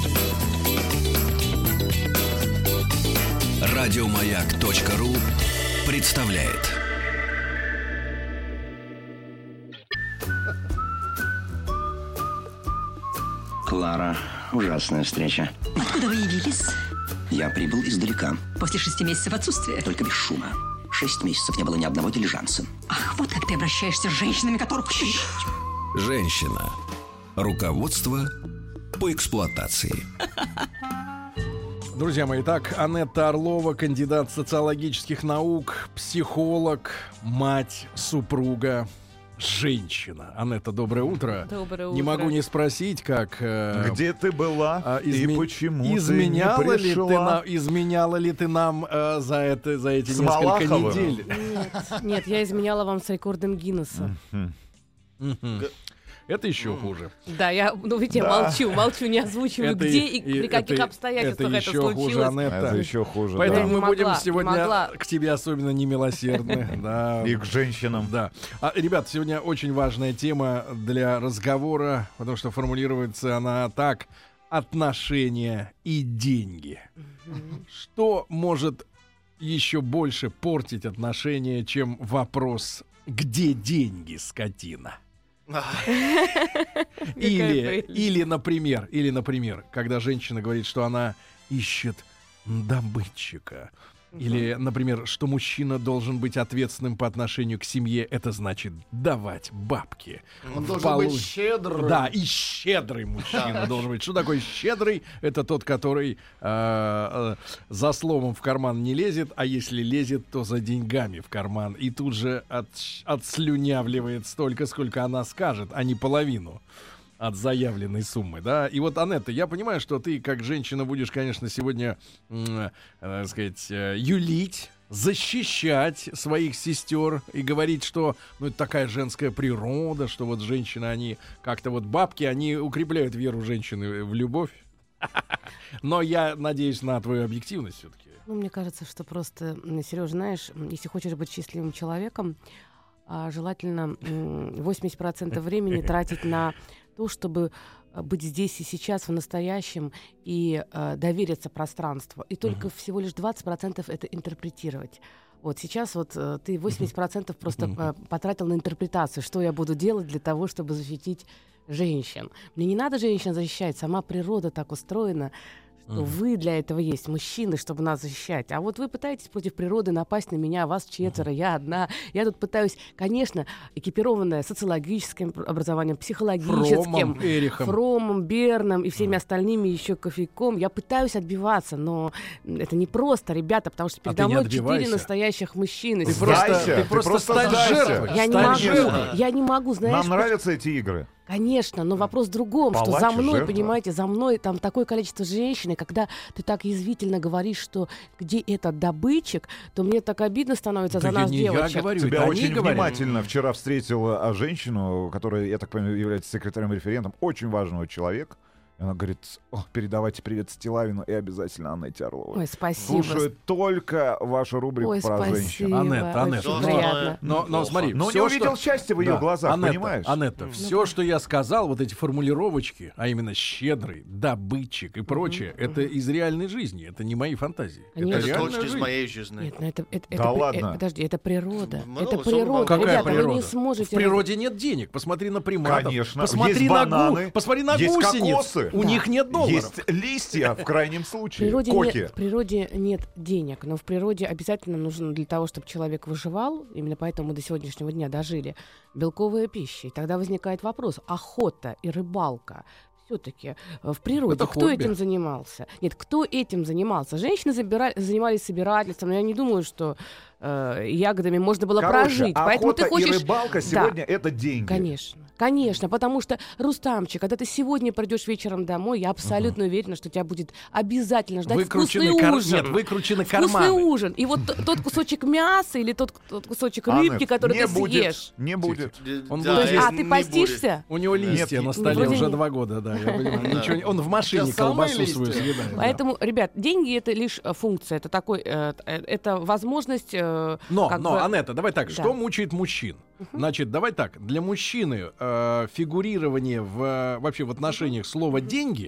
Радиомаяк.ру представляет. Клара, ужасная встреча. Откуда вы явились? Я прибыл издалека. После 6 месяцев отсутствия? Только без шума. 6 месяцев не было ни одного дилижанса. Ах, вот как ты обращаешься с женщинами, которых... Женщина. Руководство по эксплуатации. Друзья мои, итак, Анетта Орлова, кандидат социологических наук, психолог, мать, супруга, женщина. Анетта, доброе утро. Доброе утро. Не могу не спросить, как... Где ты была и почему изменяла ты не пришла? Изменяла ли ты нам за эти С несколько Малаховым? недель? Нет, я изменяла вам с рекордом Гиннесса. Это еще хуже. Да, я молчу, не озвучиваю, Это где и при каких обстоятельствах это еще хуже, случилось. Анетта. Это еще хуже, Поэтому да. мы Не будем могла, сегодня не могла. к тебе особенно немилосердны. Да. И к женщинам. Да. Ребят, сегодня очень важная тема для разговора, потому что формулируется она так: отношения и деньги. Что может еще больше портить отношения, чем вопрос «где деньги, скотина?» Или, например, когда женщина говорит, что она ищет добытчика. Или, например, что мужчина должен быть ответственным по отношению к семье. Это значит давать бабки. Он должен быть щедрым. Да, и щедрый мужчина должен быть. Что такое щедрый? Это тот, который за словом в карман не лезет, а если лезет, то за деньгами в карман. И тут же отслюнявливает столько, сколько она скажет, а не половину от заявленной суммы, да. И вот, Анетта, я понимаю, что ты, как женщина, будешь, конечно, сегодня, юлить, защищать своих сестер и говорить, что, это такая женская природа, что вот женщины, они как-то вот бабки, они укрепляют веру женщины в любовь. Но я надеюсь на твою объективность все-таки. Мне кажется, что просто, Серёж, знаешь, если хочешь быть счастливым человеком, желательно 80% времени тратить на то, чтобы быть здесь и сейчас, в настоящем, и довериться пространству. И только всего лишь 20% это интерпретировать. Вот сейчас вот ты 80% просто потратил на интерпретацию, что я буду делать для того, чтобы защитить женщин. Мне не надо женщин защищать, сама природа так устроена, что вы для этого есть, мужчины, чтобы нас защищать. А вот вы пытаетесь против природы напасть на меня, вас 4, я одна. Я тут пытаюсь, конечно, экипированная социологическим образованием, психологическим, Фромом, Берном и всеми остальными еще кофейком. Я пытаюсь отбиваться, но это не просто, ребята, потому что передо мной 4 настоящих мужчины. Ты просто стань жертвой. Я не могу, знаешь... Нам нравятся эти игры. Конечно, но вопрос в другом, Палач, что за мной, жертва. понимаете, за мной там такое количество женщин, и когда ты так язвительно говоришь, что где этот добытчик, то мне так обидно становится за нас, девочек. Я говорю, Тебя это очень они говорят. внимательно вчера встретила женщину, которая, я так понимаю, является секретарем-референтом очень важного человека. И она говорит: передавайте привет Стилавину и обязательно Анетте Орловой. Ой, спасибо. Слушаю только вашу рубрику Ой, про спасибо. женщин. Анетта, Очень приятно. но смотри, Но не всё, увидел счастья в ее глазах, Анетта, понимаешь? Анетта, все, что я сказал, вот эти формулировочки, а именно щедрый, добытчик и прочее, это из реальной жизни, это не мои фантазии. Конечно. Это Это реальная точно из жизнь. моей жизни. Нет, ну это Да ладно. подожди, это природа. Ну, Это сон природа. Какая Ребята, природа? вы не сможете... В природе нет денег. Посмотри на приматов. Конечно. Посмотри Есть на бананы, посмотри на есть гусениц. кокосы. У них нет долларов. Есть листья, в крайнем В случае. природе, Коки. в природе нет денег, но в природе обязательно нужно для того, чтобы человек выживал, именно поэтому мы до сегодняшнего дня дожили, белковая пища. И тогда возникает вопрос: охота и рыбалка все-таки в природе Это кто хобби. этим занимался? Нет, кто этим занимался? Женщины занимались собирательством, но я не думаю, что ягодами можно было прожить. Поэтому охота ты хочешь... и рыбалка сегодня это деньги. Конечно. Конечно, потому что, Рустамчик, когда ты сегодня придешь вечером домой, я абсолютно уверена, что тебя будет обязательно ждать вкусный ужин. Нет, выкручены Вкусный карманы. ужин. И вот тот кусочек мяса или тот кусочек рыбки, который не ты будет, съешь. Не будет. Он Да, будет- А не ты будет. постишься? У него листья Нет, на столе вроде уже нет. 2 года, да, я понимаю. Ничего не- Он в машине Те самые колбасу свою листья. съедает. да. Поэтому, ребят, деньги — это лишь функция, это такой, это возможность. Но, как бы- Анетта, давай так, Да. что мучает мужчин? Значит, давай так, для мужчины фигурирование вообще в отношениях слова «деньги»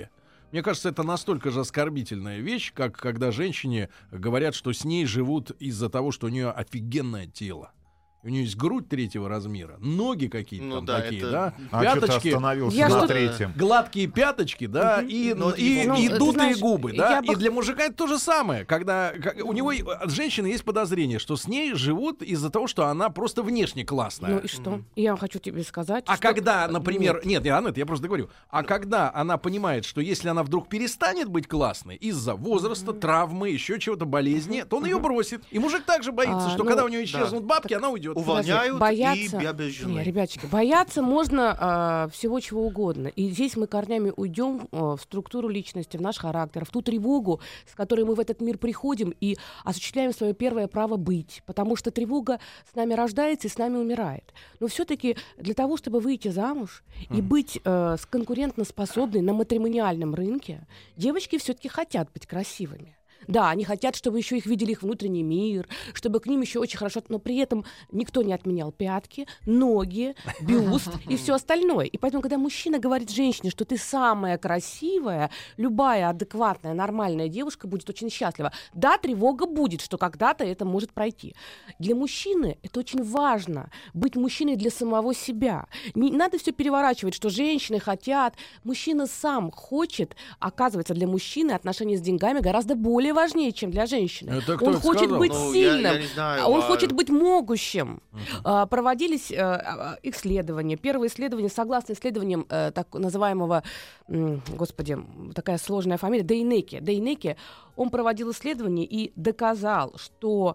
Мне кажется, это настолько же оскорбительная вещь, как когда женщине говорят, что с ней живут из-за того, что у нее офигенное тело. У нее есть грудь 3-го размера, ноги какие-то там такие, да, пяточки, остановился на 3-м. Гладкие пяточки, да, и дутые губы, да. И для мужика это то же самое, когда у него от женщины есть подозрение, что с ней живут из-за того, что она просто внешне классная. Ну и что? Я хочу тебе сказать. А когда, например, нет, Аннет, я просто говорю, а когда она понимает, что если она вдруг перестанет быть классной из-за возраста, травмы, еще чего-то, болезни, то он ее бросит. И мужик также боится, что когда у нее исчезнут бабки, она уйдет. Увольняют бояться, и без жены. Не, ребятчики, бояться можно всего чего угодно. И здесь мы корнями уйдем в структуру личности, в наш характер, в ту тревогу, с которой мы в этот мир приходим и осуществляем свое первое право быть. Потому что тревога с нами рождается и с нами умирает. Но все-таки для того, чтобы выйти замуж и быть конкурентоспособной на матримониальном рынке, девочки все-таки хотят быть красивыми. Да, они хотят, чтобы еще их видели их внутренний мир, чтобы к ним еще очень хорошо... Но при этом никто не отменял пятки, ноги, бюст и все остальное. И поэтому, когда мужчина говорит женщине, что ты самая красивая, любая адекватная, нормальная девушка будет очень счастлива. Да, тревога будет, что когда-то это может пройти. Для мужчины это очень важно, быть мужчиной для самого себя. Не надо все переворачивать, что женщины хотят. Мужчина сам хочет. Оказывается, для мужчины отношения с деньгами гораздо более важнее, чем для женщины. Он хочет сказал? быть сильным, он хочет быть могущим. Проводились исследования. Первое исследование, согласно исследованиям так называемого, господи, такая сложная фамилия, Дейнеки, он проводил исследования и доказал, что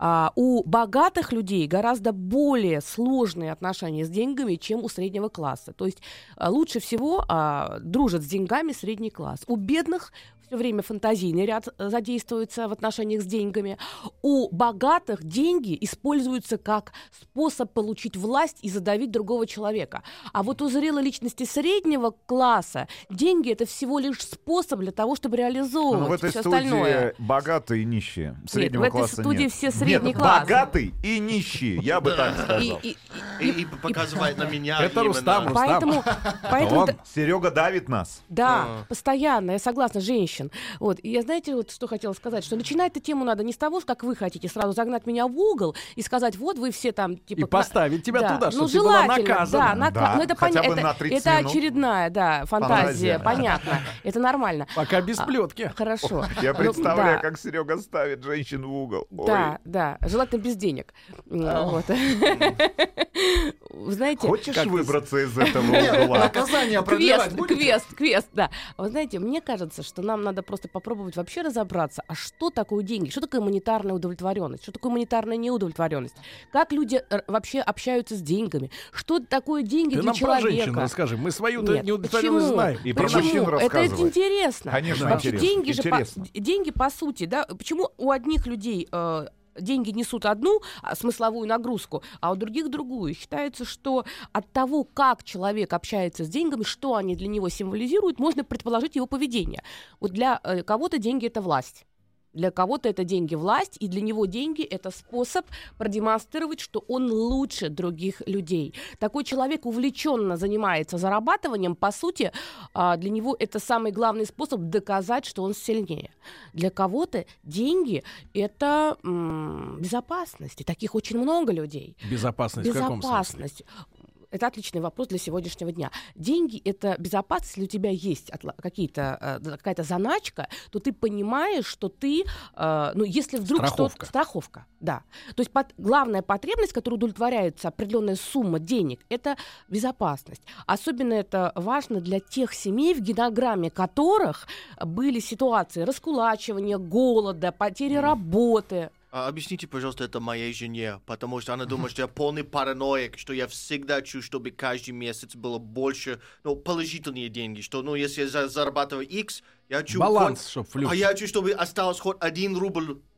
у богатых людей гораздо более сложные отношения с деньгами, чем у среднего класса. То есть лучше всего дружат с деньгами средний класс. У бедных все время фантазийный ряд задействуется в отношениях с деньгами. У богатых деньги используются как способ получить власть и задавить другого человека. А вот у зрелой личности среднего класса деньги — это всего лишь способ для того, чтобы реализовывать все остальное. В этой студии богатые и нищие. Среднего нет, в этой студии нет. все средний нет, класс. Богатый и нищий, я бы так сказал. И показывает на меня. Это Рустам. Поэтому Серега давит нас. Да, постоянно, я согласна, женщин. Вот. И я, знаете, вот что хотела сказать, что начинать эту тему надо не с того, как вы хотите, сразу загнать меня в угол и сказать, вот вы все там... Типа, и поставить тебя туда, чтобы ты желательно, была наказана. Да, ну, это хотя бы на 30 это минут. очередная, фантазия, понятно. Это нормально. Пока без плетки. Хорошо. Я представляю, как Серега ставит женщин в угол. Да, желательно без денег. Знаете... Хочешь выбраться из этого угла? Наказание продлевать будете? Квест, да. Вы знаете, мне кажется, что нам надо просто попробовать вообще разобраться, а что такое деньги, что такое монетарная удовлетворенность, что такое монетарная неудовлетворенность, как люди вообще общаются с деньгами, что такое деньги ты для человека. Про женщин расскажи, мы свою-то неудовлетворенность знаем. И про мужчин рассказывай. Это интересно. Конечно, вообще, интересно. Деньги по сути, да, почему у одних людей... деньги несут одну смысловую нагрузку, а у других другую. Считается, что от того, как человек общается с деньгами, что они для него символизируют, можно предположить его поведение. Вот для кого-то деньги — это власть. Для кого-то это деньги власть, и для него деньги — это способ продемонстрировать, что он лучше других людей. Такой человек увлеченно занимается зарабатыванием, по сути, для него это самый главный способ доказать, что он сильнее. Для кого-то деньги — это безопасность, и таких очень много людей. Безопасность в каком смысле? Это отличный вопрос для сегодняшнего дня. Деньги — это безопасность. Если у тебя есть какая-то заначка, то ты понимаешь, что ты... если вдруг Страховка. Страховка, да. То есть главная потребность, которая удовлетворяется определенная сумма денег, это безопасность. Особенно это важно для тех семей, в генограмме которых были ситуации раскулачивания, голода, потери работы. Объясните, пожалуйста, это моей жене, потому что она думает, что я полный параноик, что я всегда хочу, чтобы каждый месяц было больше, положительные деньги, что, если я зарабатываю X, я хочу... Баланс, чтобы флюс. А я хочу, чтобы осталось хоть 1 рубль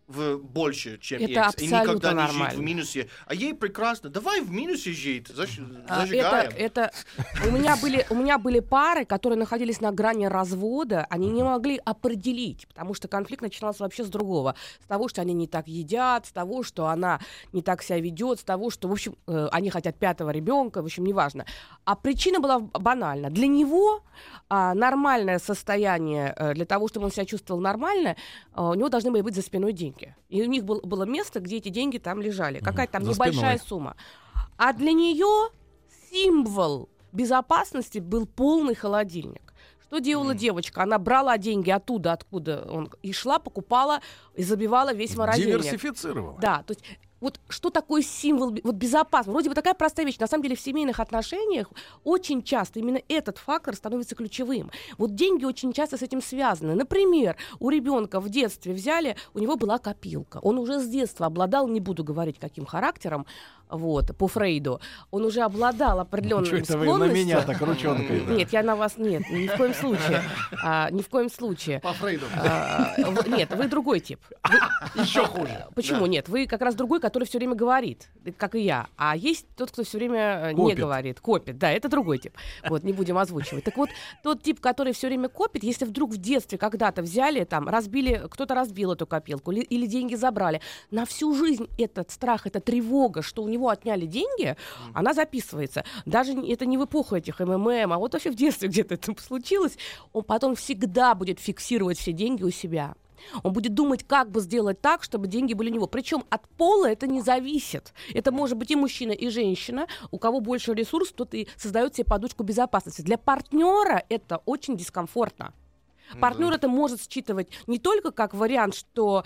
больше, чем Это X, и никогда абсолютно не нормально. жить в минусе. А ей прекрасно. Давай в минусе жить. Зажигаем. У меня были пары, которые находились на грани развода, они не могли определить, потому что конфликт начинался вообще с другого. С того, что они не так едят, с того, что она не так себя ведет, с того, что, в общем, они хотят 5-го ребенка, в общем, неважно. А причина была банальна. Для него нормальное состояние, для того, чтобы он себя чувствовал нормально, у него должны были быть за спиной деньги. И у них было место, где эти деньги там лежали. Какая-то там небольшая сумма. А для нее символ безопасности был полный холодильник. Что делала девочка? Она брала деньги оттуда, откуда он, и шла, покупала, и забивала весь морозильник. Диверсифицировала. Да, то есть вот что такое символ безопасности? Вроде бы такая простая вещь. На самом деле в семейных отношениях очень часто именно этот фактор становится ключевым. Вот деньги очень часто с этим связаны. Например, у ребенка в детстве взяли, у него была копилка. Он уже с детства обладал, не буду говорить каким характером, вот, по Фрейду, он уже обладал определенными склонностью. Вы на меня так ручонкой? Нет, я на вас нет, ни в коем случае. Ни в коем случае. По Фрейду. Нет, вы другой тип. Еще хуже. Почему нет? Вы как раз другой, который все время говорит, как и я. А есть тот, кто все время не говорит, копит. Да, это другой тип. Вот, не будем озвучивать. Так вот, тот тип, который все время копит, если вдруг в детстве когда-то взяли, там, разбили, кто-то разбил эту копилку или деньги забрали, на всю жизнь этот страх, эта тревога, что у него отняли деньги, она записывается. Даже это не в эпоху этих МММ, а вот вообще в детстве где-то это случилось, он потом всегда будет фиксировать все деньги у себя. Он будет думать, как бы сделать так, чтобы деньги были у него. Причем от пола это не зависит. Это может быть и мужчина, и женщина. У кого больше ресурсов, тот и создает себе подушку безопасности. Для партнера это очень дискомфортно. Партнер это может считывать не только как вариант, что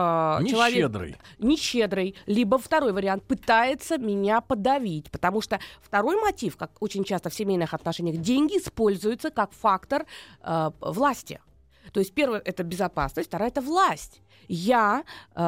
человек не щедрый, либо второй вариант пытается меня подавить, потому что второй мотив, как очень часто в семейных отношениях, деньги используются как фактор власти. То есть первое это безопасность, второе это власть. Я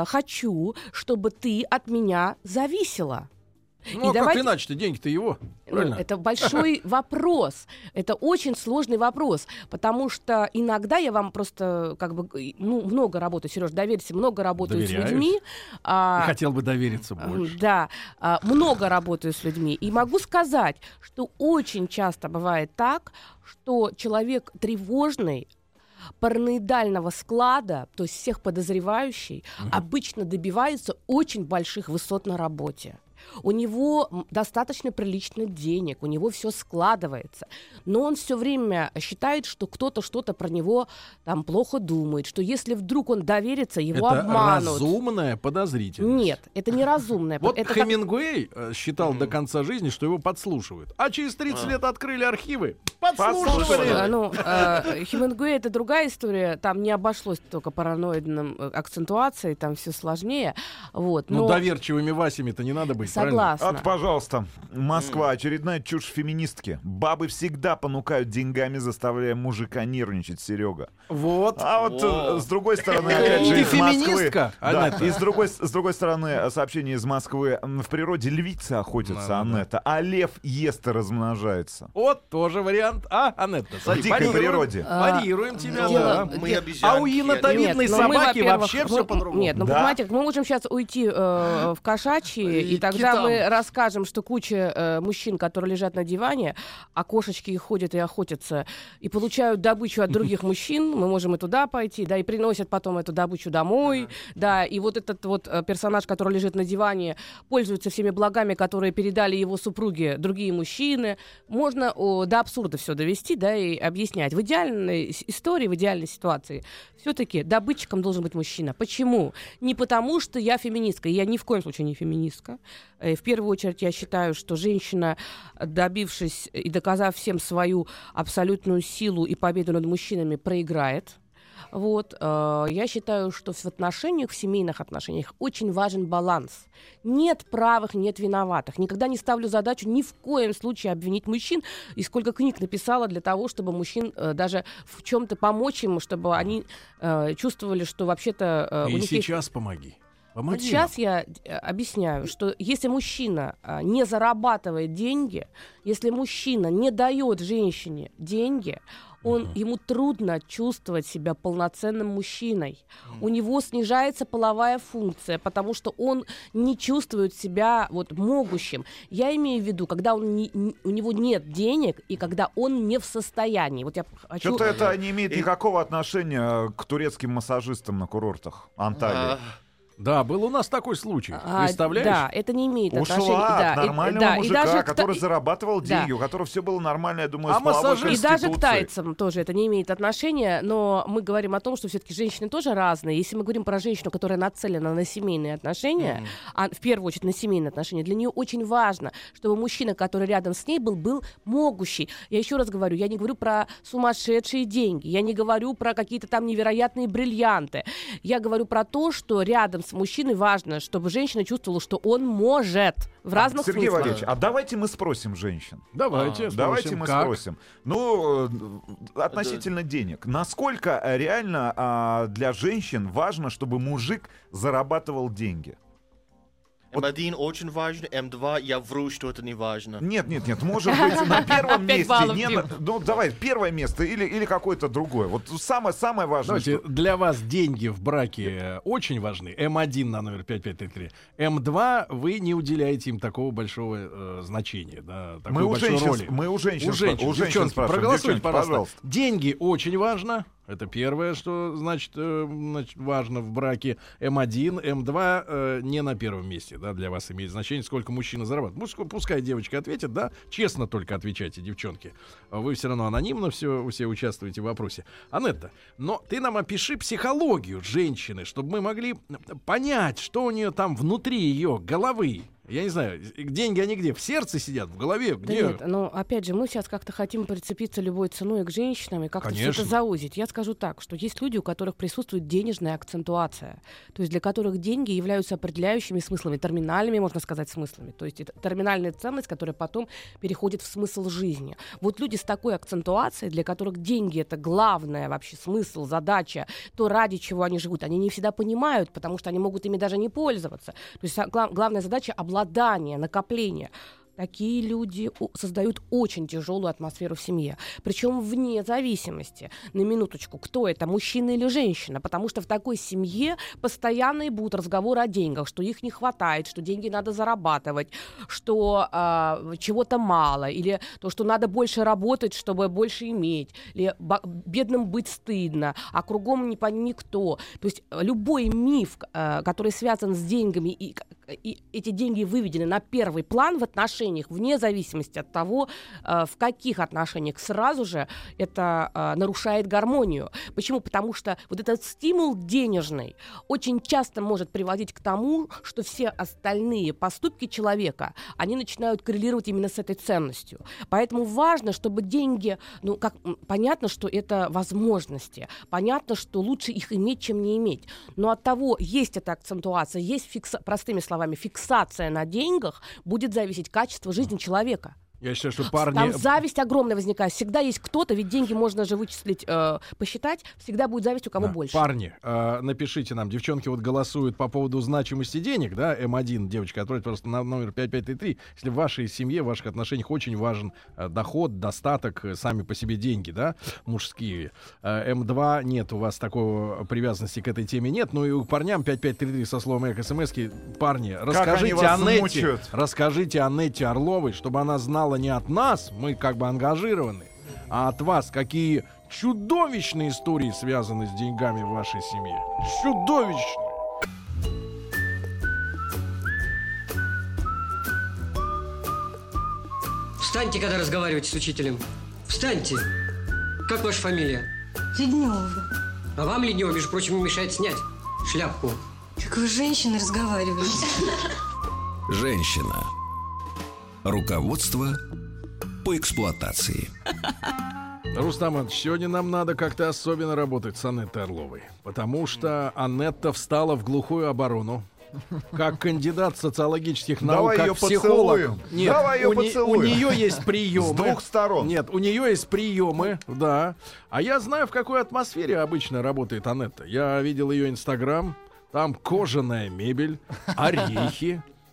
хочу, чтобы ты от меня зависела. Ну, а как иначе-то? Деньги-то его. Правильно? Это большой вопрос. Это очень сложный вопрос. Потому что иногда я вам просто много работаю, Сереж, доверься, много работаю с людьми. Хотел бы довериться больше. Да, много работаю с людьми. И могу сказать, что очень часто бывает так, что человек тревожный, параноидального склада, то есть всех подозревающий, обычно добивается очень больших высот на работе. У него достаточно прилично денег, у него все складывается. Но он все время считает, что кто-то что-то про него там плохо думает, что если вдруг он доверится, его обманут. Это разумная подозрительность. Нет, это не разумная. Вот Хемингуэй считал до конца жизни, что его подслушивают. А через 30 лет открыли архивы. Подслушивали. Хемингуэй — это другая история. Там не обошлось только параноидным акцентуацией, там все сложнее. Вот. Но доверчивыми Васями-то не надо быть. Согласна. Вот, пожалуйста, Москва. Очередная чушь феминистки. Бабы всегда понукают деньгами, заставляя мужика нервничать, Серега. Вот. А вот с другой стороны, опять же, из Москвы. Да, и с другой стороны, сообщение из Москвы. В природе львицы охотятся, Анетта, а лев ест и размножается. Вот тоже вариант. Анетта, в дикой природе. Парируем тебя, да. Мы обезьянки. А у енотовидной собаки вообще все по-другому. Нет, ну понимаете, мы можем сейчас уйти в кошачьи, и тогда мы расскажем, что куча мужчин, которые лежат на диване, а кошечки их ходят и охотятся, и получают добычу от других мужчин, мы можем и туда пойти, да, и приносят потом эту добычу домой, да, и вот этот вот персонаж, который лежит на диване, пользуется всеми благами, которые передали его супруге другие мужчины. Можно до абсурда все довести, да, и объяснять. В идеальной истории, в идеальной ситуации все-таки добытчиком должен быть мужчина. Почему? Не потому, что я феминистка, я ни в коем случае не феминистка. В первую очередь я считаю, что женщина, добившись и доказав всем свою абсолютную силу и победу над мужчинами, проиграет. Вот. Я считаю, что в отношениях, в семейных отношениях очень важен баланс. Нет правых, нет виноватых. Никогда не ставлю задачу ни в коем случае обвинить мужчин. И сколько книг написала для того, чтобы мужчин даже в чем-то помочь им, чтобы они чувствовали, что вообще-то... И сейчас помоги. Вот сейчас я объясняю, что если мужчина не зарабатывает деньги, если мужчина не дает женщине деньги, ему трудно чувствовать себя полноценным мужчиной. У него снижается половая функция, потому что он не чувствует себя могущим. Я имею в виду, когда у него нет денег и когда он не в состоянии. Я хочу... Что-то это не имеет никакого отношения к турецким массажистам на курортах Анталии. Да, был у нас такой случай. Представляешь? Да, это не имеет отношения. Ушла от нормального мужика, который зарабатывал деньги, у которого все было нормально, я думаю, с половой конституцией. И даже к тайцам тоже это не имеет отношения, но мы говорим о том, что все-таки женщины тоже разные. Если мы говорим про женщину, которая нацелена на семейные отношения, а в первую очередь на семейные отношения, для нее очень важно, чтобы мужчина, который рядом с ней был могущий. Я еще раз говорю, я не говорю про сумасшедшие деньги, я не говорю про какие-то там невероятные бриллианты. Я говорю про то, что рядом с мужчиной важно, чтобы женщина чувствовала, что он может в разных Сергей смыслах. Валерьевич, а давайте мы спросим женщин. Давайте мы спросим. Относительно денег. Насколько реально для женщин важно, чтобы мужик зарабатывал деньги? М1 очень важно, М2 я вру, что это не важно. Нет, может быть, на первом месте. Давай, первое место или какое-то другое. Самое важное. Давайте, для вас деньги в браке очень важны. М1 на номер 5533. М2 вы не уделяете им такого большого значения. Да, такой большой роли. Мы у женщин Девчонки, спрашиваем. проголосуйте, пожалуйста. Деньги очень важно. Это первое, что значит важно в браке. М1, М2 не на первом месте, да, для вас имеет значение, сколько мужчина зарабатывает. Пускай девочка ответит, да, честно только отвечайте, девчонки. Вы все равно анонимно все участвуете в вопросе. Анетта, но ты нам опиши психологию женщины, чтобы мы могли понять, что у нее там внутри ее головы. Я не знаю, деньги они где? В сердце сидят, в голове? Где? Да нет, но опять же, мы сейчас как-то хотим прицепиться любой ценой к женщинам и как-то все это заузить. Я скажу так, что есть люди, у которых присутствует денежная акцентуация, то есть для которых деньги являются определяющими смыслами, терминальными, можно сказать, смыслами. То есть это терминальная ценность, которая потом переходит в смысл жизни. Вот люди с такой акцентуацией, для которых деньги — это главное вообще смысл, задача, то, ради чего они живут, они не всегда понимают, потому что они могут ими даже не пользоваться. То есть главная задача — обладание, накопление. Такие люди создают очень тяжелую атмосферу в семье. Причем вне зависимости, на минуточку, кто это, мужчина или женщина. Потому что в такой семье постоянно будут разговоры о деньгах, что их не хватает, что деньги надо зарабатывать, что чего-то мало, или то, что надо больше работать, чтобы больше иметь, или бедным быть стыдно, а кругом никто. То есть любой миф, который связан с деньгами, и эти деньги выведены на первый план в отношениях, вне зависимости от того, в каких отношениях, сразу же это нарушает гармонию. Почему? Потому что вот этот стимул денежный очень часто может приводить к тому, что все остальные поступки человека, они начинают коррелировать именно с этой ценностью. Поэтому важно, чтобы деньги, понятно, что это возможности, понятно, что лучше их иметь, чем не иметь. Но от того, есть эта акцентуация, есть простыми словами, фиксация на деньгах, будет зависеть качество жизни человека. Я считаю, что парни... Там зависть огромная возникает. Всегда есть кто-то, ведь деньги можно же вычислить, посчитать. Всегда будет зависть у кого больше. Парни, напишите нам. Девчонки голосуют по поводу значимости денег, да, М1, девочка, отправьте просто на номер 5533. Если в вашей семье, в ваших отношениях очень важен доход, достаток, сами по себе деньги, да, мужские. М2 нет, у вас такого привязанности к этой теме нет. Ну и у парням 5533 со словом СМСки. Парни, расскажите Анетте Орловой, чтобы она знала не от нас, мы как бы ангажированы, а от вас, какие чудовищные истории связаны с деньгами в вашей семье. Чудовищные. Встаньте, когда разговариваете с учителем. Встаньте. Как ваша фамилия? Леднева. А вам, Леднева, между прочим, не мешает снять шляпку. Как вы с женщиной разговариваете? Женщина. Руководство по эксплуатации. Рустам Иванович, сегодня нам надо как-то особенно работать с Анеттой Орловой, потому что Анетта встала в глухую оборону. Как кандидат социологических наук, как психолог. Нет, у нее есть приемы. С двух сторон. Нет, у нее есть приемы, да. А я знаю, в какой атмосфере обычно работает Анетта. Я видел ее Инстаграм. Там кожаная мебель, орехи,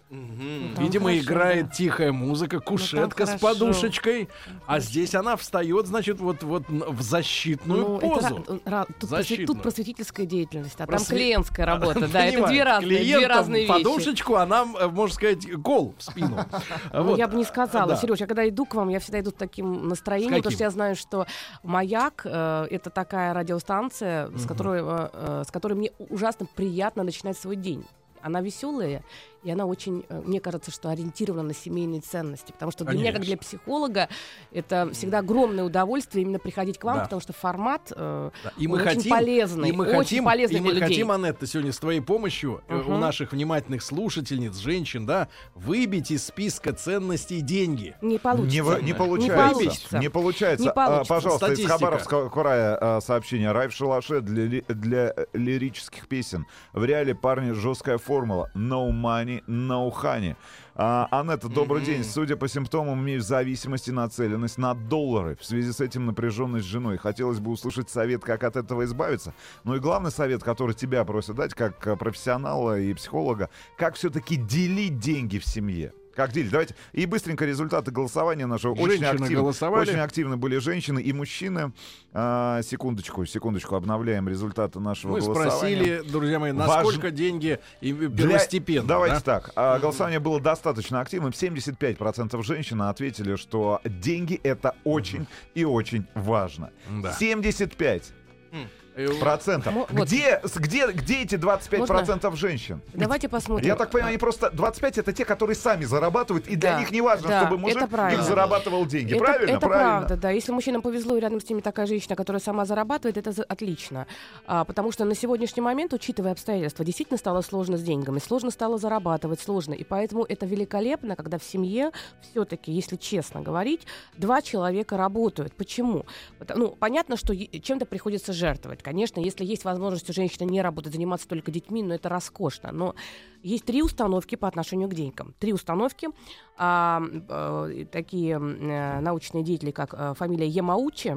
Видимо, играет тихая музыка, кушетка с подушечкой, а здесь она встает, значит, вот в защитную позу. Тут просветительская деятельность, а там клиентская работа. Да, это две разные вещи. Подушечку, а нам, можно сказать, гол в спину. Я бы не сказала. Сереж, я когда иду к вам, я всегда иду с таким настроением, потому что я знаю, что «Маяк» — это такая радиостанция, с которой мне ужасно приятно начинать свой день. Она веселая, и она очень, мне кажется, что ориентирована на семейные ценности. Потому что для меня, как для психолога, это всегда огромное удовольствие именно приходить к вам, потому что формат очень полезный. И мы хотим, Анетта, сегодня с твоей помощью у наших внимательных слушательниц, женщин, выбить из списка ценностей деньги. Не получится. Не получается. Пожалуйста, из Хабаровского края сообщение. Рай в шалаше для лирических песен. В реале, парни, жесткая формула. No money, no honey. Анетта, добрый день. Судя по симптомам, имею зависимость и нацеленность на доллары. В связи с этим напряженность с женой. Хотелось бы услышать совет, как от этого избавиться. Ну и главный совет, который тебя просят дать, как профессионала и психолога, как все-таки делить деньги в семье. Как делить? Давайте. И быстренько результаты голосования нашего. Очень активны были женщины и мужчины. Секундочку, обновляем результаты нашего голосования. Мы спросили, друзья мои, насколько деньги первостепенны. Давайте так. Голосование было достаточно активным. 75% женщин ответили, что деньги — это очень и очень важно. 75%. Где эти 25% женщин? Давайте посмотрим. Я так понимаю, они просто 25 это те, которые сами зарабатывают, и для них не важно, чтобы мужик их зарабатывал деньги. Правильно? Это правда, да. Если мужчинам повезло, и рядом с ними такая женщина, которая сама зарабатывает, это отлично. Потому что на сегодняшний момент, учитывая обстоятельства, действительно стало сложно с деньгами, сложно стало зарабатывать, сложно. И поэтому это великолепно, когда в семье все-таки, если честно говорить, 2 человека работают. Почему? Понятно, что чем-то приходится жертвовать. Конечно, если есть возможность у женщины не работать, заниматься только детьми, это роскошно. Но есть 3 установки по отношению к деньгам. 3 установки. Такие научные деятели, как фамилия Ямаучи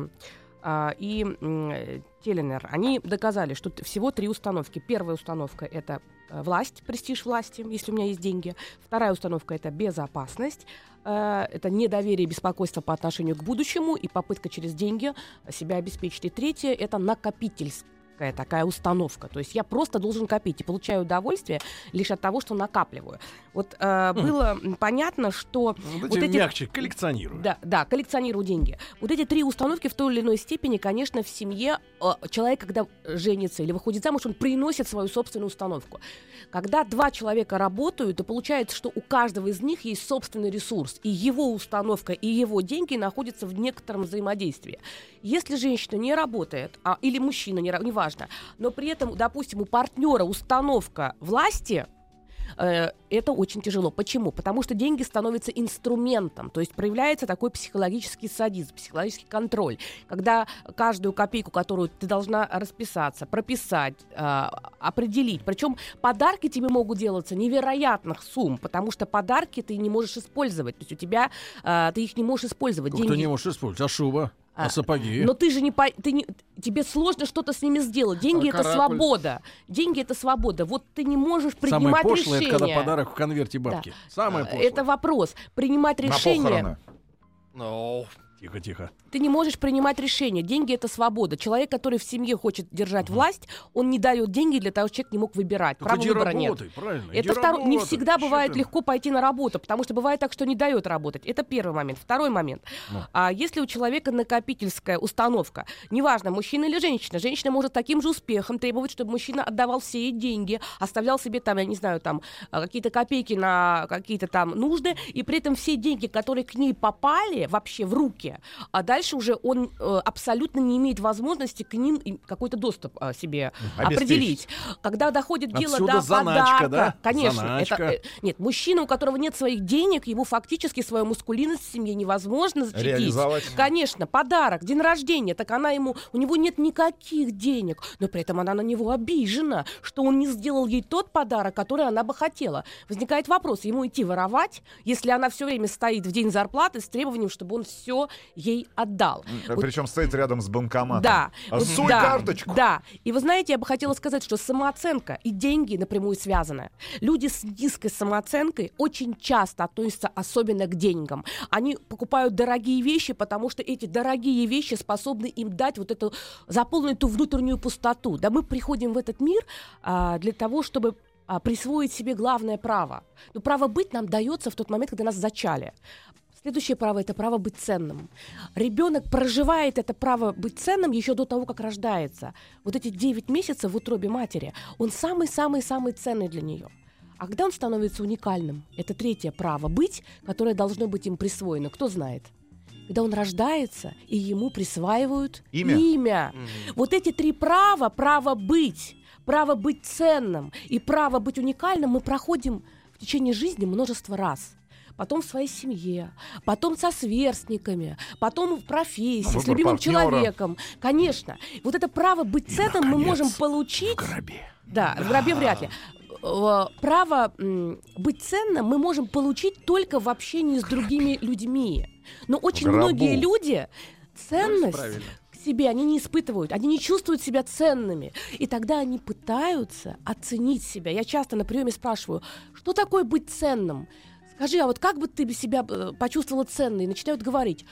и Теленер, они доказали, что всего 3 установки. Первая установка — это власть, престиж власти, если у меня есть деньги. Вторая установка — это безопасность. Это недоверие и беспокойство по отношению к будущему и попытка через деньги себя обеспечить. И третье — это накопительство. Такая установка. То есть я просто должен копить и получаю удовольствие лишь от того, что накапливаю. Было понятно, что... мягче, коллекционирую. Да, коллекционирую деньги. Вот эти 3 установки в той или иной степени, конечно, в семье человек, когда женится или выходит замуж, он приносит свою собственную установку. Когда 2 человека работают, то получается, что у каждого из них есть собственный ресурс, и его установка, и его деньги находятся в некотором взаимодействии. Если женщина не работает, или мужчина, неважно, но при этом, допустим, у партнера установка власти, это очень тяжело. Почему? Потому что деньги становятся инструментом, то есть проявляется такой психологический садизм, психологический контроль, когда каждую копейку, которую ты должна расписаться, прописать, определить, причем подарки тебе могут делаться невероятных сумм, потому что подарки ты не можешь использовать, то есть у тебя ты их не можешь использовать. Кто не можешь использовать? А шуба? А сапоги? Но ты же тебе сложно что-то с ними сделать. Деньги — это свобода. Деньги — это свобода. Вот ты не можешь принимать решения. Самое пошлое — это когда подарок в конверте бабки. Да. Самое пошлое. Это вопрос. Принимать решения. Тихо. Ты не можешь принимать решения. Деньги — это свобода. Человек, который в семье хочет держать власть, он не дает деньги для того, чтобы человек не мог выбирать. Права выбора нет. Не всегда бывает легко пойти на работу, потому что бывает так, что не дает работать. Это первый момент. Второй момент. Если у человека накопительская установка, неважно, мужчина или женщина, женщина может таким же успехом требовать, чтобы мужчина отдавал все ей деньги, оставлял себе какие-то копейки на какие-то нужды, и при этом все деньги, которые к ней попали вообще в руки, а дальше уже он абсолютно не имеет возможности к ним какой-то доступ себе определить. Когда доходит дело до подарка, конечно, нет, мужчина, у которого нет своих денег, ему фактически свою мускулинность в семье невозможно защитить. Конечно, подарок, день рождения, так у него нет никаких денег, но при этом она на него обижена, что он не сделал ей тот подарок, который она бы хотела. Возникает вопрос, ему идти воровать, если она все время стоит в день зарплаты с требованием, чтобы он все ей отдал. Причем стоит рядом с банкоматом. Да. Суй карточку. Да. И вы знаете, я бы хотела сказать, что самооценка и деньги напрямую связаны. Люди с низкой самооценкой очень часто относятся особенно к деньгам. Они покупают дорогие вещи, потому что эти дорогие вещи способны им дать вот эту, заполнить эту внутреннюю пустоту. Да, мы приходим в этот мир для того, чтобы присвоить себе главное право. Но право быть нам дается в тот момент, когда нас зачали. Следующее право — это право быть ценным. Ребенок проживает это право быть ценным еще до того, как рождается. Вот эти 9 месяцев в утробе матери, он самый-самый-самый ценный для нее. А когда он становится уникальным, это третье право быть, которое должно быть им присвоено. Кто знает? Когда он рождается, и ему присваивают имя. Вот эти 3 права, право быть ценным и право быть уникальным, мы проходим в течение жизни множество раз. Потом в своей семье, потом со сверстниками, потом в профессии, с любимым человеком. Конечно. Вот это право быть ценным мы можем получить... В гробе. Да, в гробе вряд ли. Право быть ценным мы можем получить только в общении с другими людьми. Но очень многие люди ценность к себе они не испытывают, они не чувствуют себя ценными. И тогда они пытаются оценить себя. Я часто на приеме спрашиваю, что такое быть ценным? Скажи, а вот как бы ты себя почувствовала ценной? И начинают говорить,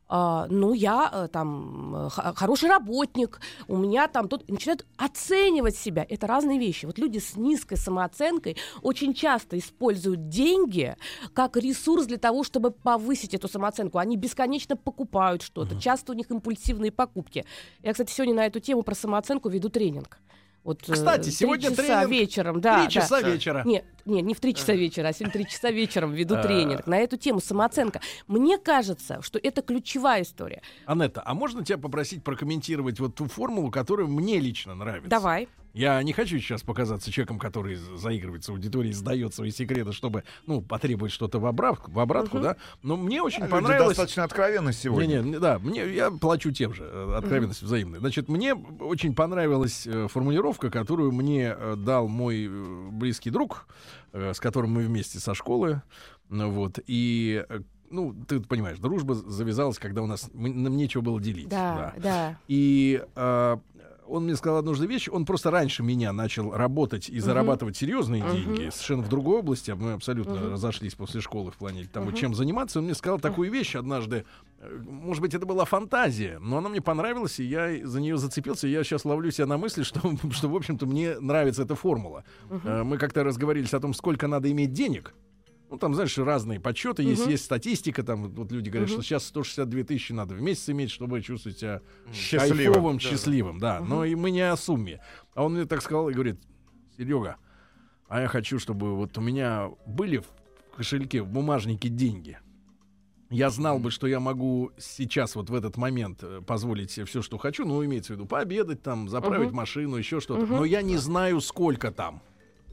я там хороший работник, у меня там тут... И начинают оценивать себя. Это разные вещи. Вот люди с низкой самооценкой очень часто используют деньги как ресурс для того, чтобы повысить эту самооценку. Они бесконечно покупают что-то. Часто у них импульсивные покупки. Я, кстати, сегодня на эту тему про самооценку веду тренинг. Вот, кстати, сегодня 3 часа тренинг вечером. 3 часа вечера. Нет, не в 3 часа вечера, а сегодня 3 часа вечером веду тренинг на эту тему самооценка. Мне кажется, что это ключевая история. Анетта, а можно тебя попросить прокомментировать вот ту формулу, которая мне лично нравится? Давай. Я не хочу сейчас показаться человеком, который заигрывает с аудиторией, сдает свои секреты, чтобы, потребовать что-то в обратку, да. Но мне очень понравилось... достаточно откровенно сегодня. Я плачу тем же, откровенность взаимная. Значит, мне очень понравилась формулировка, которую мне дал мой близкий друг, с которым мы вместе со школы, и... ты понимаешь, дружба завязалась, когда нам нечего было делить. Да. И он мне сказал одну вещь. Он просто раньше меня начал работать и зарабатывать серьезные деньги совершенно в другой области. Мы абсолютно разошлись после школы в плане того, чем заниматься. Он мне сказал такую вещь однажды. Может быть, это была фантазия, но она мне понравилась, и я за нее зацепился. И я сейчас ловлю себя на мысли, что в общем-то, мне нравится эта формула. Мы как-то разговорились о том, сколько надо иметь денег. Там, знаешь, разные подсчеты, есть статистика, там вот люди говорят, что сейчас 162 тысячи надо в месяц иметь, чтобы чувствовать себя кайфовым, счастливым, да. Но и мы не о сумме. А он мне так сказал и говорит: Серега, а я хочу, чтобы вот у меня были в кошельке, в бумажнике деньги. Я знал бы, что я могу сейчас вот в этот момент позволить себе все, что хочу, имеется в виду пообедать там, заправить машину, еще что-то. Но я не знаю, сколько там.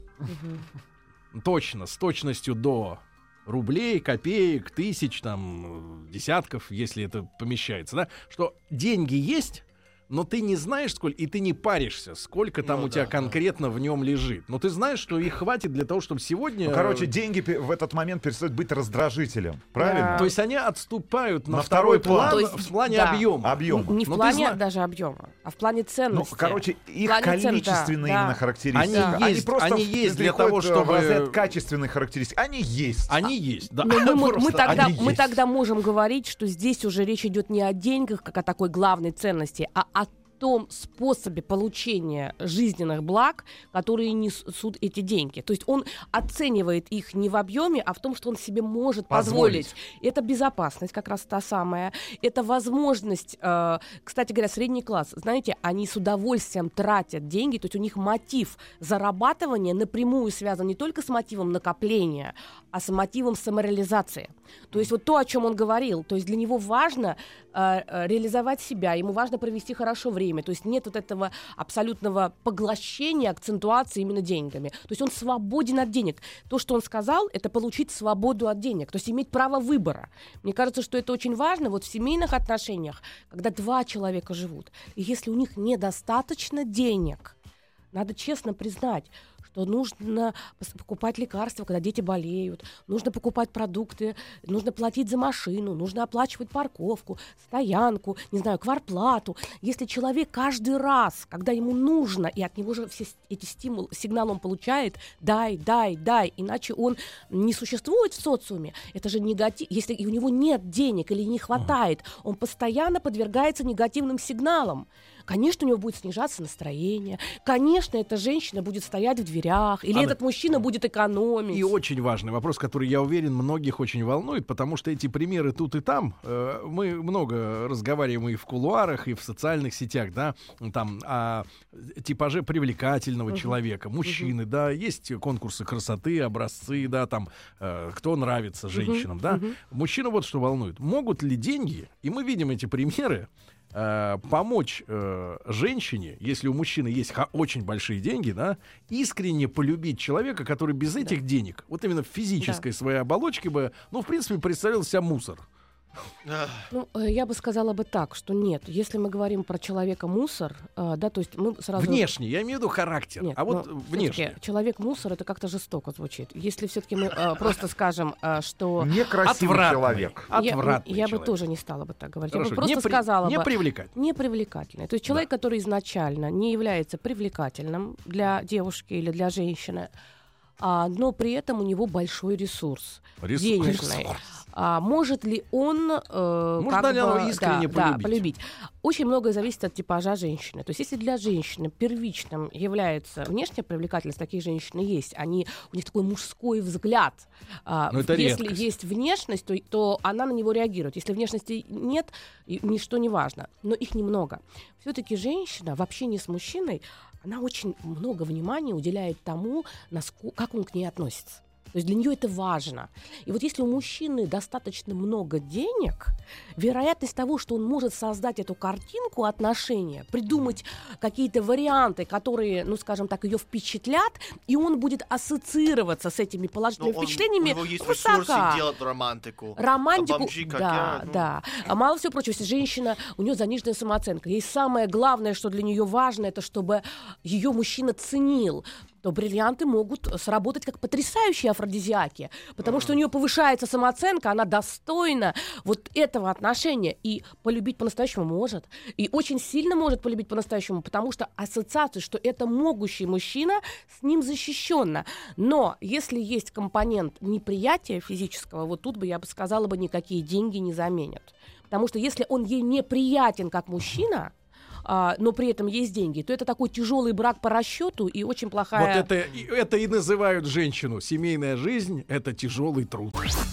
Точно, с точностью до рублей, копеек, тысяч, десятков, если это помещается, да, что деньги есть, но ты не знаешь, сколько, и ты не паришься, сколько там у тебя конкретно в нем лежит. Но ты знаешь, что их хватит для того, чтобы сегодня... деньги в этот момент перестают быть раздражителем. Правильно? То есть они отступают на второй план в плане объема. Не в плане даже объема, а в плане ценности. Их количественные именно характеристики. Они есть для того, чтобы... разряд качественных характеристик. Они есть. Они есть, да. Мы тогда можем говорить, что здесь уже речь идет не о деньгах, как о такой главной ценности, а о том способе получения жизненных благ, которые несут эти деньги. То есть он оценивает их не в объеме, а в том, что он себе может позволить. Это безопасность как раз та самая. Это возможность, кстати говоря, средний класс, знаете, они с удовольствием тратят деньги, то есть у них мотив зарабатывания напрямую связан не только с мотивом накопления, а с мотивом самореализации. То есть вот то, о чем он говорил, то есть для него важно реализовать себя, ему важно провести хорошо время, то есть нет вот этого абсолютного поглощения, акцентуации именно деньгами. То есть он свободен от денег. То, что он сказал, это получить свободу от денег, то есть иметь право выбора. Мне кажется, что это очень важно вот в семейных отношениях, когда 2 человека живут, и если у них недостаточно денег, надо честно признать, что нужно покупать лекарства, когда дети болеют, нужно покупать продукты, нужно платить за машину, нужно оплачивать парковку, стоянку, не знаю, квартплату. Если человек каждый раз, когда ему нужно, и от него же все эти сигналы он получает, дай, иначе он не существует в социуме, это же негатив. Если у него нет денег или не хватает, он постоянно подвергается негативным сигналам. Конечно, у него будет снижаться настроение. Конечно, эта женщина будет стоять в дверях. Или этот мужчина будет экономить. И очень важный вопрос, который, я уверен, многих очень волнует, потому что эти примеры тут и там. Мы много разговариваем и в кулуарах, и в социальных сетях, да, там о типаже привлекательного человека, мужчины, да, есть конкурсы красоты, образцы, да, там, кто нравится женщинам, да. Мужчину вот что волнует. Могут ли деньги, и мы видим эти примеры, помочь женщине, если у мужчины есть очень большие деньги, да, искренне полюбить человека, который без этих денег, вот именно в физической своей оболочке бы, ну, в принципе, представлял себя мусор. Ну, я бы сказала бы так, что нет. Если мы говорим про человека-мусор, да, то есть мы сразу... Внешне, я имею в виду характер, нет, а вот внешне. Человек-мусор — это как-то жестоко звучит. Если все-таки мы просто скажем, что... Некрасивый человек. Отвратный я бы тоже не стала бы так говорить. Хорошо. Я бы просто сказала бы... Непривлекательный. То есть человек, который изначально не является привлекательным для девушки или для женщины, но при этом у него большой ресурс денежный. Может ли он искренне полюбить? Очень многое зависит от типажа женщины. То есть если для женщины первичным является внешняя привлекательность, такие женщины есть, у них такой мужской взгляд. Если есть внешность, то она на него реагирует. Если внешности нет, ничто не важно. Но их немного. Все-таки женщина в общении с мужчиной, она очень много внимания уделяет тому, как он к ней относится. То есть для нее это важно. И вот если у мужчины достаточно много денег, вероятность того, что он может создать эту картинку отношения, придумать какие-то варианты, которые, ну, скажем так, ее впечатлят, и он будет ассоциироваться с этими положительными впечатлениями, у него есть ресурсы делать романтику. Да. А мало всего прочего, если женщина, у нее заниженная самооценка, ей самое главное, что для нее важно, это чтобы ее мужчина ценил, то бриллианты могут сработать как потрясающие афродизиаки, потому что у нее повышается самооценка, она достойна вот этого отношения, и полюбить по-настоящему может, и очень сильно может полюбить по-настоящему, потому что ассоциация, что это могущий мужчина, с ним защищенно. Но если есть компонент неприятия физического, вот тут бы я бы сказала, никакие деньги не заменят. Потому что если он ей неприятен как мужчина, но при этом есть деньги, то это такой тяжелый брак по расчету и очень плохая... Вот это и называют женщину. Семейная жизнь — это тяжелый труд.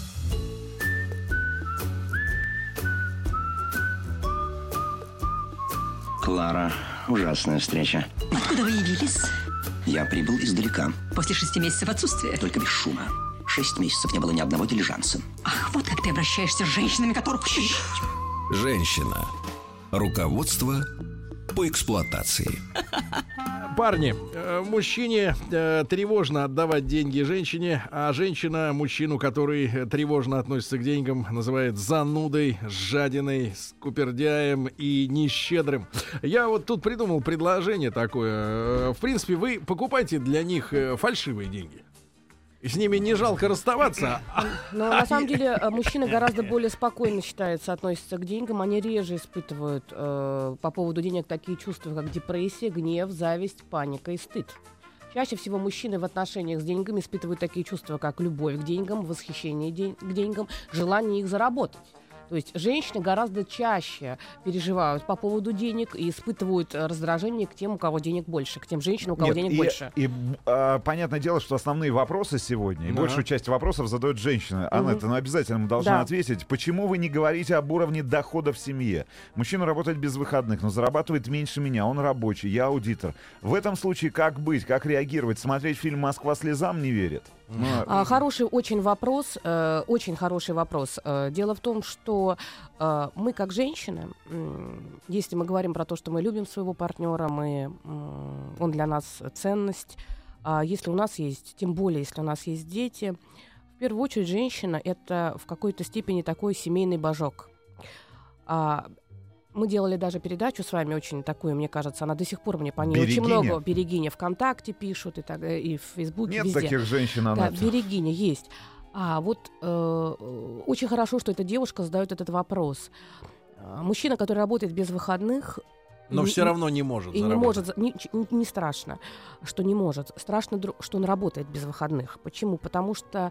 Клара, ужасная встреча. Откуда вы явились? Я прибыл издалека. После 6 месяцев отсутствия? Только без шума. 6 месяцев не было ни одного дилижанса. Ах, вот как ты обращаешься с женщинами, которых... Женщина. Руководство по эксплуатации. Парни, мужчине тревожно отдавать деньги женщине, а женщина мужчину, который тревожно относится к деньгам, называет занудой, жадиной, скупердяем и нещедрым. Я вот тут придумал предложение такое. В принципе, вы покупайте для них фальшивые деньги. С ними не жалко расставаться. Но на самом деле мужчины гораздо более спокойно, считается, относятся к деньгам. Они реже испытывают по поводу денег такие чувства, как депрессия, гнев, зависть, паника и стыд. Чаще всего мужчины в отношениях с деньгами испытывают такие чувства, как любовь к деньгам, восхищение к деньгам, желание их заработать. То есть женщины гораздо чаще переживают по поводу денег и испытывают раздражение к тем, у кого денег больше, к тем женщинам, у кого денег больше. Понятное дело, что основные вопросы сегодня, и большую часть вопросов задают женщины. Анетта, обязательно мы должны ответить. Почему вы не говорите об уровне дохода в семье? Мужчина работает без выходных, но зарабатывает меньше меня. Он рабочий, я аудитор. В этом случае как быть, как реагировать? Смотреть фильм «Москва слезам» не верит? Хороший очень вопрос, очень хороший вопрос. Дело в том, что мы как женщины, если мы говорим про то, что мы любим своего партнера, он для нас ценность, если у нас есть, тем более если у нас есть дети, в первую очередь женщина — это в какой-то степени такой семейный божок. Мы делали даже передачу с вами очень такую, мне кажется, она до сих пор мне по ней очень много. Берегиня ВКонтакте пишут, и в Фейсбуке, нет везде. Таких женщин, да, Берегиня есть. А вот очень хорошо, что эта девушка задает этот вопрос. Мужчина, который работает без выходных... Но все равно не может заработать. Не страшно, что не может. Страшно, что он работает без выходных. Почему? Потому что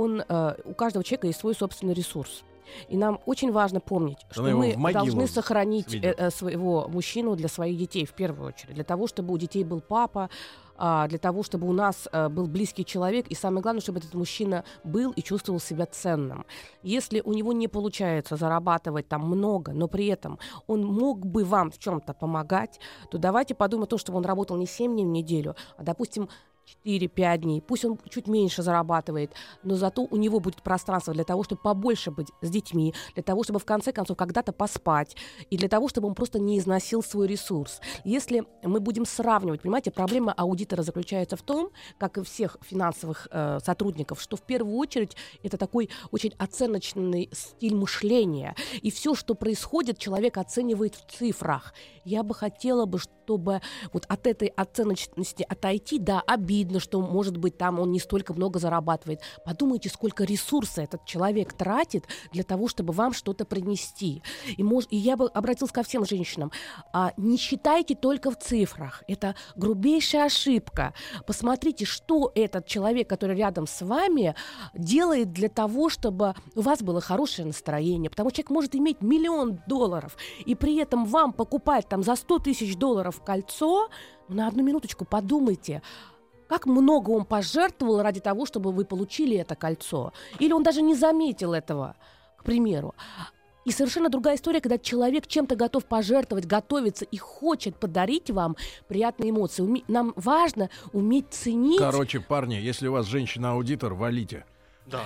у каждого человека есть свой собственный ресурс. И нам очень важно помнить, что мы должны сохранить своего мужчину для своих детей в первую очередь. Для того, чтобы у детей был папа, для того, чтобы у нас был близкий человек. И самое главное, чтобы этот мужчина был и чувствовал себя ценным. Если у него не получается зарабатывать там много, но при этом он мог бы вам в чем-то помогать, то давайте подумаем о том, чтобы он работал не 7 дней в неделю, а, допустим, 4-5 дней. Пусть он чуть меньше зарабатывает, но зато у него будет пространство для того, чтобы побольше быть с детьми, для того, чтобы в конце концов когда-то поспать, и для того, чтобы он просто не износил свой ресурс. Если мы будем сравнивать, понимаете, проблема аудитора заключается в том, как и всех финансовых сотрудников, что в первую очередь это такой очень оценочный стиль мышления. И все, что происходит, человек оценивает в цифрах. Я бы хотела, чтобы вот от этой оценочности отойти, да, обидно, что, может быть, там он не столько много зарабатывает. Подумайте, сколько ресурса этот человек тратит для того, чтобы вам что-то принести. И я бы обратилась ко всем женщинам. Не считайте только в цифрах. Это грубейшая ошибка. Посмотрите, что этот человек, который рядом с вами, делает для того, чтобы у вас было хорошее настроение. Потому что человек может иметь $1 миллион, и при этом вам покупать там за $100 000 кольцо. На одну минуточку подумайте, как много он пожертвовал ради того, чтобы вы получили это кольцо. Или он даже не заметил этого, к примеру. И совершенно другая история, когда человек чем-то готов пожертвовать, готовится и хочет подарить вам приятные эмоции. Нам важно уметь ценить... Короче, парни, если у вас женщина-аудитор, валите. Да.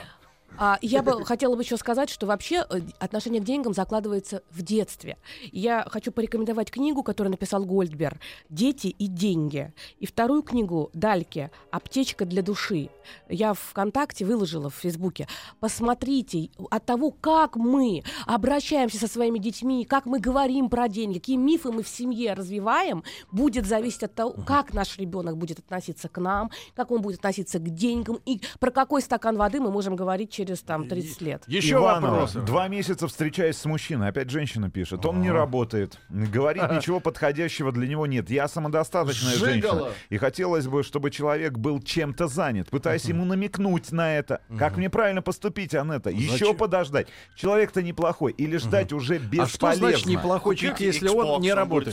Я бы хотела бы еще сказать, что вообще отношение к деньгам закладывается в детстве. Я хочу порекомендовать книгу, которую написал Гольдберг «Дети и деньги». И вторую книгу Дальке «Аптечка для души». Я в ВКонтакте выложила в Фейсбуке. Посмотрите, от того, как мы обращаемся со своими детьми, как мы говорим про деньги, какие мифы мы в семье развиваем, будет зависеть от того, как наш ребенок будет относиться к нам, как он будет относиться к деньгам и про какой стакан воды мы можем говорить через 30 лет. Еще вопросы. 2 месяца встречаясь с мужчиной, опять женщина пишет, он не работает, говорит, ничего подходящего для него нет. Я самодостаточная женщина, и хотелось бы, чтобы человек был чем-то занят. Пытаюсь ему намекнуть на это. Как мне правильно поступить, Анетта? Еще подождать. Человек-то неплохой, или ждать уже бесполезно. А что значит неплохой человек, если он не работает?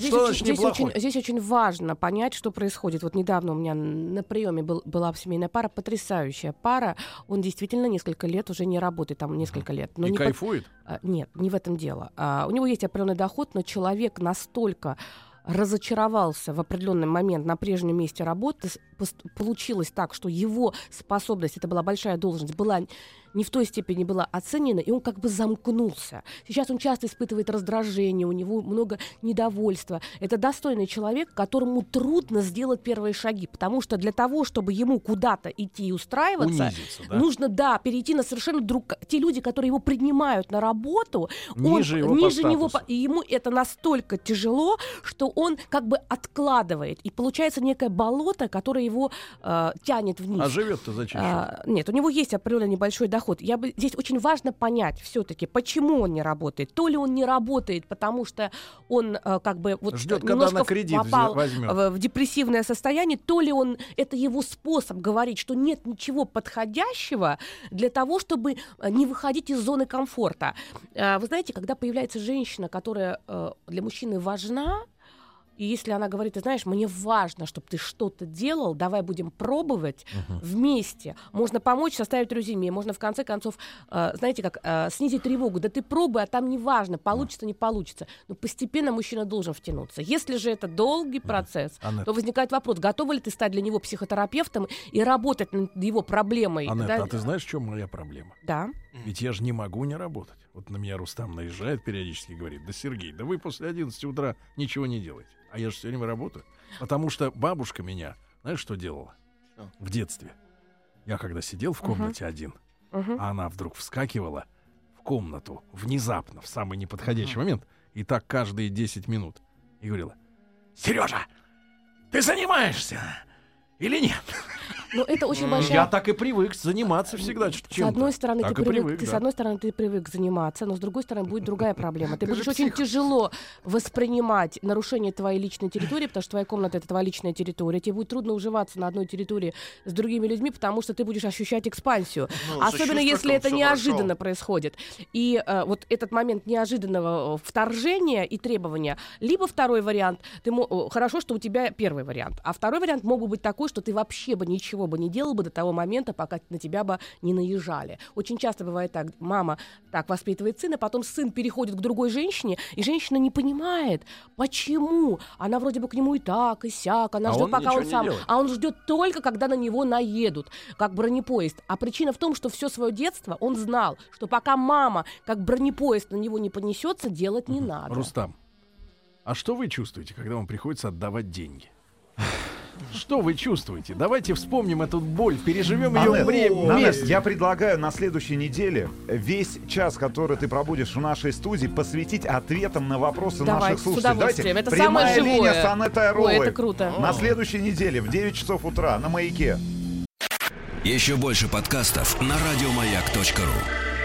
Здесь очень важно понять, что происходит. Вот недавно у меня на приеме была семейная пара, потрясающая пара. Он действительно несколько лет уже не работает, там несколько лет. Но и кайфует? Нет, не в этом дело. У него есть определенный доход, но человек настолько разочаровался в определенный момент на прежнем месте работы, получилось так, что его способность, это была большая должность, была не в той степени была оценена, и он как бы замкнулся. Сейчас он часто испытывает раздражение, у него много недовольства. Это достойный человек, которому трудно сделать первые шаги, потому что для того, чтобы ему куда-то идти и устраиваться, нужно, перейти на совершенно те люди, которые его принимают на работу, ниже него, и ему это настолько тяжело, что он как бы откладывает, и получается некое болото, которое его тянет вниз. А живет-то зачем? Нет, у него есть определенный небольшой доход. Здесь очень важно понять все-таки, почему он не работает. То ли он не работает, потому что он как бы вот ждет, когда на кредит попал в депрессивное состояние, то ли это его способ говорить, что нет ничего подходящего для того, чтобы не выходить из зоны комфорта. Вы знаете, когда появляется женщина, которая для мужчины важна, и если она говорит, ты знаешь, мне важно, чтобы ты что-то делал, давай будем пробовать вместе. Можно помочь составить резюме, можно в конце концов, знаете, как снизить тревогу. Да ты пробуй, а там не важно, получится, не получится. Но постепенно мужчина должен втянуться. Если же это долгий процесс, то возникает вопрос, готова ли ты стать для него психотерапевтом и работать над его проблемой. Анетта, а ты знаешь, в чем моя проблема? Да. Ведь я же не могу не работать. Вот на меня Рустам наезжает периодически и говорит, да, Сергей, да вы после 11 утра ничего не делаете. А я же все время работаю. Потому что бабушка меня, знаешь, что делала? В детстве. Я когда сидел в комнате один, а она вдруг вскакивала в комнату внезапно, в самый неподходящий момент, И так каждые 10 минут. И говорила: Сережа, ты занимаешься или нет? Но это очень большая... Я так и привык заниматься всегда чем-то. С одной стороны, ты привык, с одной стороны, ты привык заниматься, но с другой стороны, будет другая проблема. Ты будешь очень тяжело воспринимать нарушение твоей личной территории, потому что твоя комната — это твоя личная территория. Тебе будет трудно уживаться на одной территории с другими людьми, потому что ты будешь ощущать экспансию. Особенно если это неожиданно происходит. И вот этот момент неожиданного вторжения и требования. Либо второй вариант, хорошо, что у тебя первый вариант. А второй вариант мог бы быть такой, что ты вообще бы ничего бы не делал бы до того момента, пока на тебя бы не наезжали. Очень часто бывает так: мама так воспитывает сына, потом сын переходит к другой женщине, и женщина не понимает, почему. Она вроде бы к нему и так, и сяк, она ждет, пока он сам. А он ждет только, когда на него наедут, как бронепоезд. А причина в том, что все свое детство он знал, что пока мама, как бронепоезд, на него не понесется, делать не надо. Рустам, а что вы чувствуете, когда вам приходится отдавать деньги? Что вы чувствуете? Давайте вспомним эту боль, переживем ее вместе. Я предлагаю на следующей неделе весь час, который ты пробудешь в нашей студии, посвятить ответам на вопросы наших слушателей. Давайте, это прямая самое живое. линия с Анеттой Орловой. Ой, это круто. На следующей неделе в 9 часов утра на Маяке. Еще больше подкастов на радиомаяк.ру.